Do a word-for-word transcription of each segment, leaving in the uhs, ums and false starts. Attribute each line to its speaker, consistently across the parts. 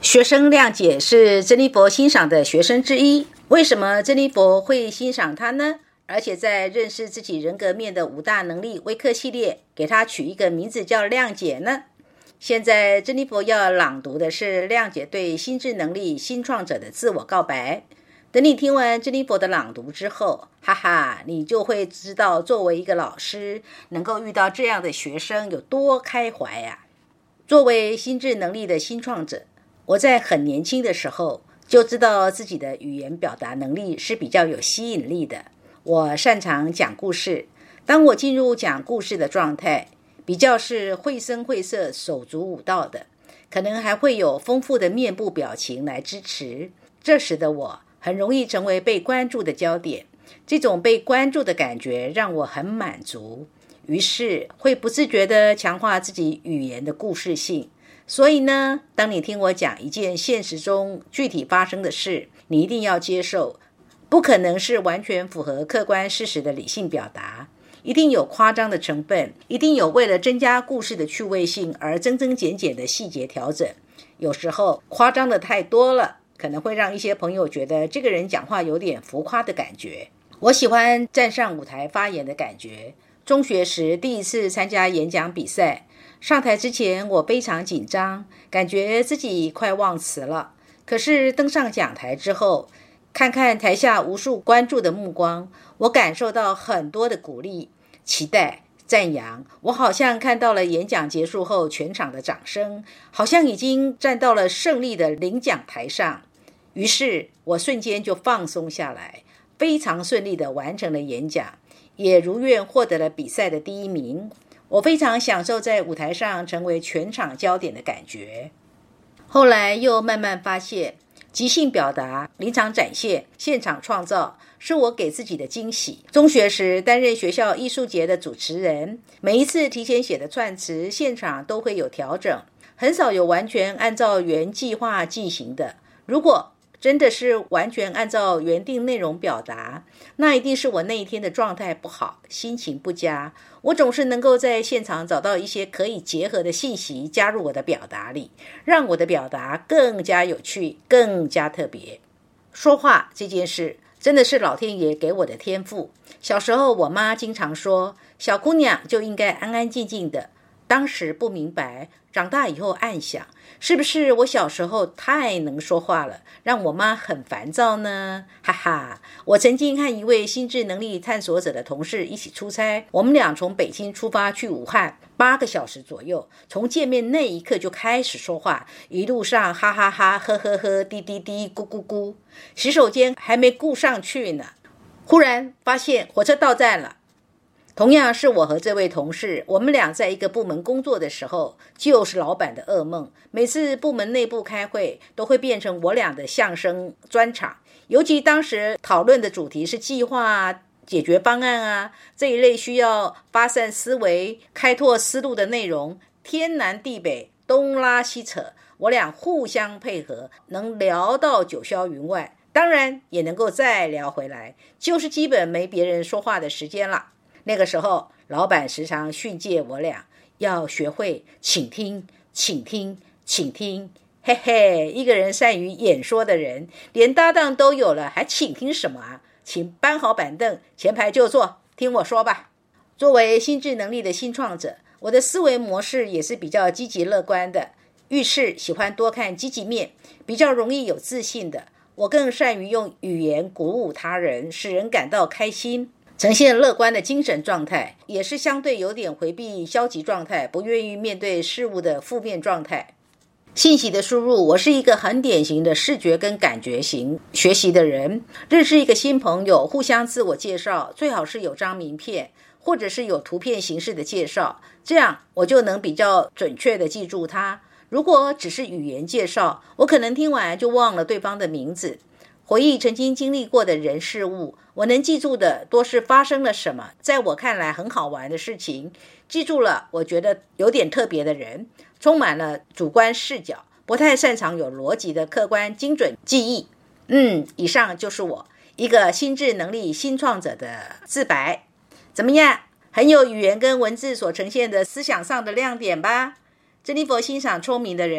Speaker 1: 学生谅解是珍妮佛欣赏的学生之一。为什么珍妮佛会欣赏他呢？而且在认识自己人格面的五大能力微课系列，给他取一个名字叫谅解呢？现在珍妮佛要朗读的是谅解对心智能力新创者的自我告白。等你听完珍妮佛的朗读之后，哈哈，你就会知道作为一个老师能够遇到这样的学生有多开怀啊。作为心智能力的新创者，我在很年轻的时候就知道自己的语言表达能力是比较有吸引力的。我擅长讲故事，当我进入讲故事的状态，比较是绘声绘色、手足舞蹈的，可能还会有丰富的面部表情来支持。这时的我很容易成为被关注的焦点，这种被关注的感觉让我很满足，于是会不自觉地强化自己语言的故事性。所以呢，当你听我讲一件现实中具体发生的事，你一定要接受，不可能是完全符合客观事实的理性表达，一定有夸张的成分，一定有为了增加故事的趣味性而增增减减的细节调整。有时候夸张的太多了，可能会让一些朋友觉得这个人讲话有点浮夸的感觉。我喜欢站上舞台发言的感觉。中学时第一次参加演讲比赛，上台之前我非常紧张，感觉自己快忘词了。可是登上讲台之后，看看台下无数关注的目光，我感受到很多的鼓励、期待、赞扬。我好像看到了演讲结束后全场的掌声，好像已经站到了胜利的领奖台上。于是我瞬间就放松下来，非常顺利地完成了演讲，也如愿获得了比赛的第一名。我非常享受在舞台上成为全场焦点的感觉。后来又慢慢发现，即兴表达、临场展现、现场创造是我给自己的惊喜。中学时担任学校艺术节的主持人，每一次提前写的串词，现场都会有调整，很少有完全按照原计划进行的。如果真的是完全按照原定内容表达，那一定是我那一天的状态不好，心情不佳。我总是能够在现场找到一些可以结合的信息加入我的表达里，让我的表达更加有趣，更加特别。说话这件事真的是老天爷给我的天赋。小时候我妈经常说，小姑娘就应该安安静静的。当时不明白，长大以后暗想，是不是我小时候太能说话了，让我妈很烦躁呢？哈哈，我曾经和一位心智能力探索者的同事一起出差，我们俩从北京出发去武汉，八个小时左右，从见面那一刻就开始说话，一路上哈哈哈、呵呵呵、滴滴滴、咕咕咕，洗手间还没顾上去呢，忽然发现火车到站了。同样是我和这位同事，我们俩在一个部门工作的时候，就是老板的噩梦。每次部门内部开会，都会变成我俩的相声专场。尤其当时讨论的主题是计划啊、解决方案啊，这一类需要发散思维、开拓思路的内容，天南地北，东拉西扯，我俩互相配合，能聊到九霄云外，当然也能够再聊回来，就是基本没别人说话的时间了。那个时候，老板时常训诫我俩要学会倾听，倾听，倾听。嘿嘿，一个人善于演说的人，连搭档都有了，还倾听什么啊？请搬好板凳，前排就坐，听我说吧。作为心智能力的新创者，我的思维模式也是比较积极乐观的，遇事喜欢多看积极面，比较容易有自信的。我更善于用语言鼓舞他人，使人感到开心，呈现乐观的精神状态，也是相对有点回避消极状态，不愿意面对事物的负面状态。信息的输入，我是一个很典型的视觉跟感觉型学习的人。认识一个新朋友，互相自我介绍，最好是有张名片，或者是有图片形式的介绍，这样我就能比较准确的记住他。如果只是语言介绍，我可能听完就忘了对方的名字。回忆曾经经历过的人事物，我能记住的多是发生了什么，在我看来很好玩的事情，记住了我觉得有点特别的人，充满了主观视角，不太擅长有逻辑的客观精准记忆。嗯，以上就是我一个心智能力新创者的自白。怎么样？很有语言跟文字所呈现的思想上的亮点吧？珍妮佛欣赏聪明的人，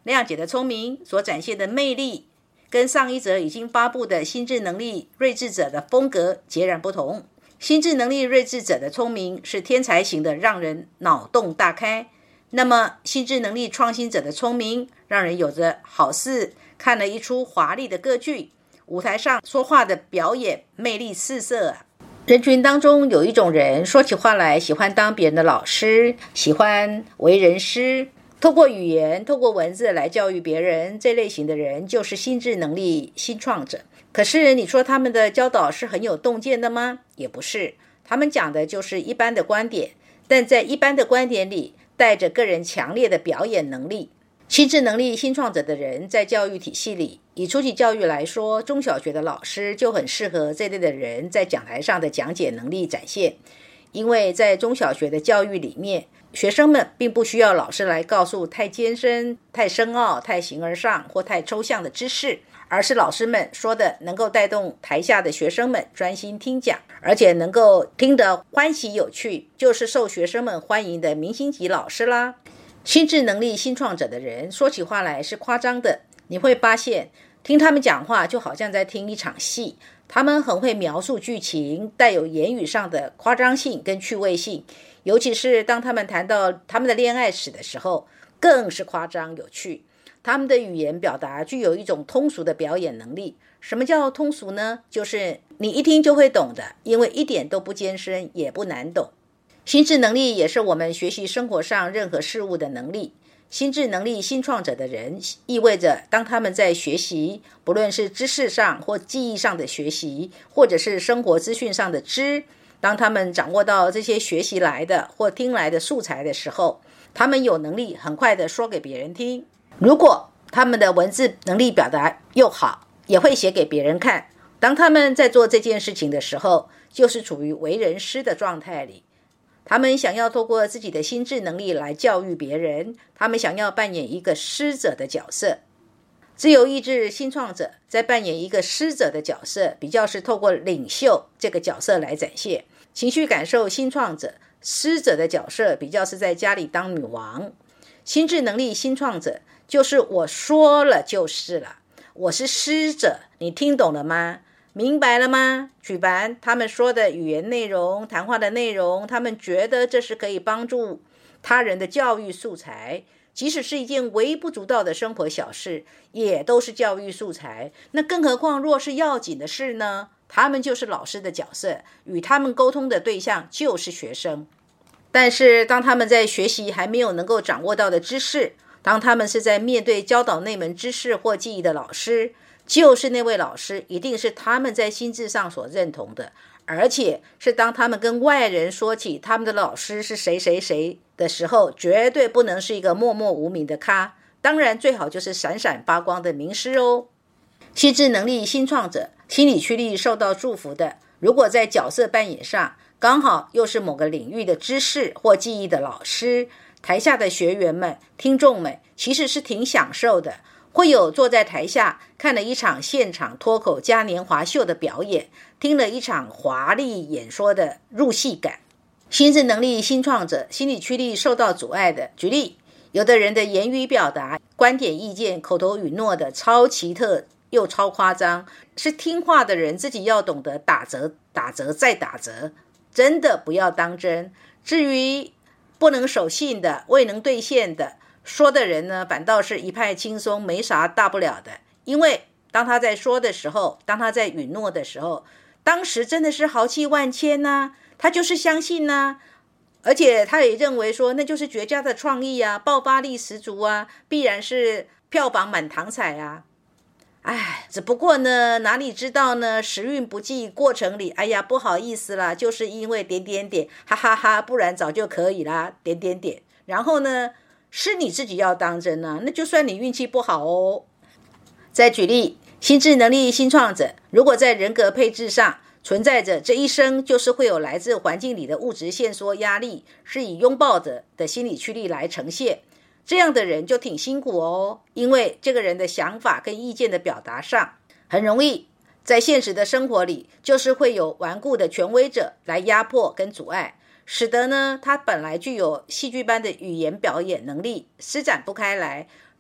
Speaker 1: 谅解的聪明所展现的魅力，跟上一则已经发布的心智能力睿智者的风格截然不同。心智能力睿智者的聪明是天才型的，让人脑洞大开。那么心智能力创新者的聪明，让人有着好似看了一出华丽的歌剧，舞台上说话的表演魅力四射啊。人群当中有一种人说起话来喜欢当别人的老师，喜欢为人师，透过语言透过文字来教育别人，这类型的人就是心智能力新创者。可是你说他们的教导是很有洞见的吗？也不是，他们讲的就是一般的观点，但在一般的观点里带着个人强烈的表演能力。心智能力新创者的人在教育体系里，以初级教育来说，中小学的老师就很适合这类的人在讲台上的讲解能力展现。因为在中小学的教育里面，学生们并不需要老师来告诉太艰深、太深奥、太形而上或太抽象的知识，而是老师们说的能够带动台下的学生们专心听讲，而且能够听得欢喜有趣，就是受学生们欢迎的明星级老师啦。心智能力新创者的人说起话来是夸张的，你会发现听他们讲话就好像在听一场戏，他们很会描述剧情，带有言语上的夸张性跟趣味性，尤其是当他们谈到他们的恋爱史的时候，更是夸张有趣。他们的语言表达具有一种通俗的表演能力。什么叫通俗呢？就是你一听就会懂的，因为一点都不艰深也不难懂。心智能力也是我们学习生活上任何事物的能力。心智能力新创者的人，意味着当他们在学习，不论是知识上或记忆上的学习，或者是生活资讯上的知，当他们掌握到这些学习来的或听来的素材的时候，他们有能力很快的说给别人听。如果他们的文字能力表达又好，也会写给别人看。当他们在做这件事情的时候，就是处于为人师的状态里。他们想要透过自己的心智能力来教育别人，他们想要扮演一个师者的角色。自由意志新创者在扮演一个师者的角色，比较是透过领袖这个角色来展现。情绪感受新创者师者的角色比较是在家里当女王。心智能力新创者就是我说了就是了，我是师者，你听懂了吗？明白了吗？举凡他们说的语言内容、谈话的内容，他们觉得这是可以帮助他人的教育素材，即使是一件微不足道的生活小事，也都是教育素材。那更何况若是要紧的事呢？他们就是老师的角色，与他们沟通的对象就是学生。但是当他们在学习还没有能够掌握到的知识，当他们是在面对教导那门知识或技艺的老师，就是那位老师一定是他们在心智上所认同的，而且是当他们跟外人说起他们的老师是谁谁谁的时候，绝对不能是一个默默无名的咖，当然最好就是闪闪发光的名师哦。心智能力新创者心理驱力受到祝福的，如果在角色扮演上刚好又是某个领域的知识或技艺的老师，台下的学员们、听众们其实是挺享受的，会有坐在台下看了一场现场脱口嘉年华秀的表演，听了一场华丽演说的入戏感。心智能力新创者心理驱力受到阻碍的，举例，有的人的言语表达、观点意见、口头允诺的超奇特又超夸张，是听话的人自己要懂得打折、打折再打折，真的不要当真。至于不能守信的、未能兑现的，说的人呢，反倒是一派轻松，没啥大不了的。因为当他在说的时候，当他在允诺的时候，当时真的是豪气万千啊，他就是相信啊，而且他也认为说那就是绝佳的创意啊，爆发力十足啊，必然是票房满堂彩啊。哎，只不过呢，哪里知道呢？时运不济，过程里，哎呀，不好意思啦，就是因为点点点，哈哈哈哈，不然早就可以啦，点点点。然后呢，是你自己要当真啊，那就算你运气不好哦。再举例，心智能力新创者，如果在人格配置上存在着这一生就是会有来自环境里的物质限缩压力，是以拥抱着的心理驱力来呈现，这样的人就挺辛苦哦，因为这个人的想法跟意见的表达上，很容易在现实的生活里，就是会有顽固的权威者来压迫跟阻碍，使得呢，他本来具有戏剧般的语言表演能力施展不开来，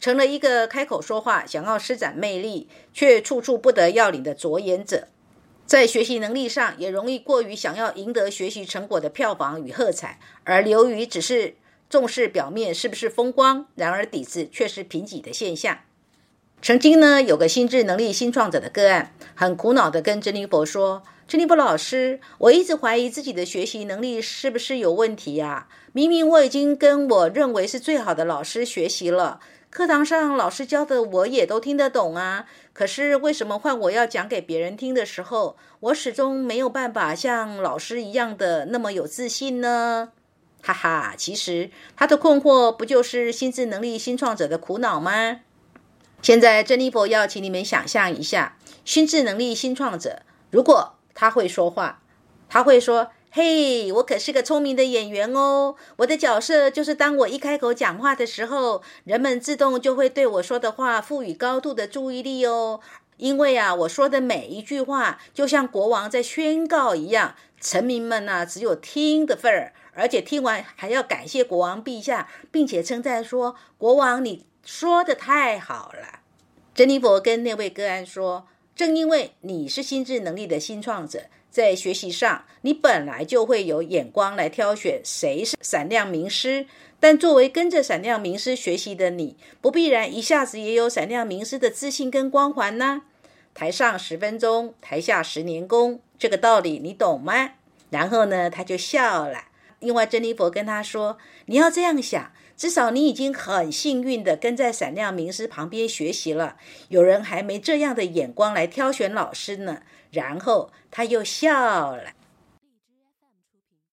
Speaker 1: 成了一个开口说话想要施展魅力却处处不得要领的着眼者。在学习能力上也容易过于想要赢得学习成果的票房与喝彩，而流于只是重视表面是不是风光，然而底子却是贫瘠的现象。曾经呢，有个心智能力新创者的个案，很苦恼地跟珍妮佛说，珍妮佛老师，我一直怀疑自己的学习能力是不是有问题呀？明明我已经跟我认为是最好的老师学习了，课堂上老师教的我也都听得懂啊，可是为什么换我要讲给别人听的时候，我始终没有办法像老师一样的那么有自信呢？哈哈，其实他的困惑不就是心智能力新创者的苦恼吗？现在珍妮佛要请你们想象一下，心智能力新创者，如果他会说话，他会说，嘿，我可是个聪明的演员哦，我的角色就是当我一开口讲话的时候，人们自动就会对我说的话赋予高度的注意力哦，因为啊，我说的每一句话就像国王在宣告一样，臣民们啊只有听的份儿，而且听完还要感谢国王陛下，并且称赞说，国王你说的太好了。珍妮佛跟那位个案说，正因为你是心智能力的新创者，在学习上你本来就会有眼光来挑选谁是闪亮名师，但作为跟着闪亮名师学习的你，不必然一下子也有闪亮名师的自信跟光环呢？台上十分钟，台下十年功，这个道理你懂吗？然后呢，他就笑了。另外珍妮佛跟他说，你要这样想，至少你已经很幸运的跟在闪亮名师旁边学习了，有人还没这样的眼光来挑选老师呢。然后他又笑了。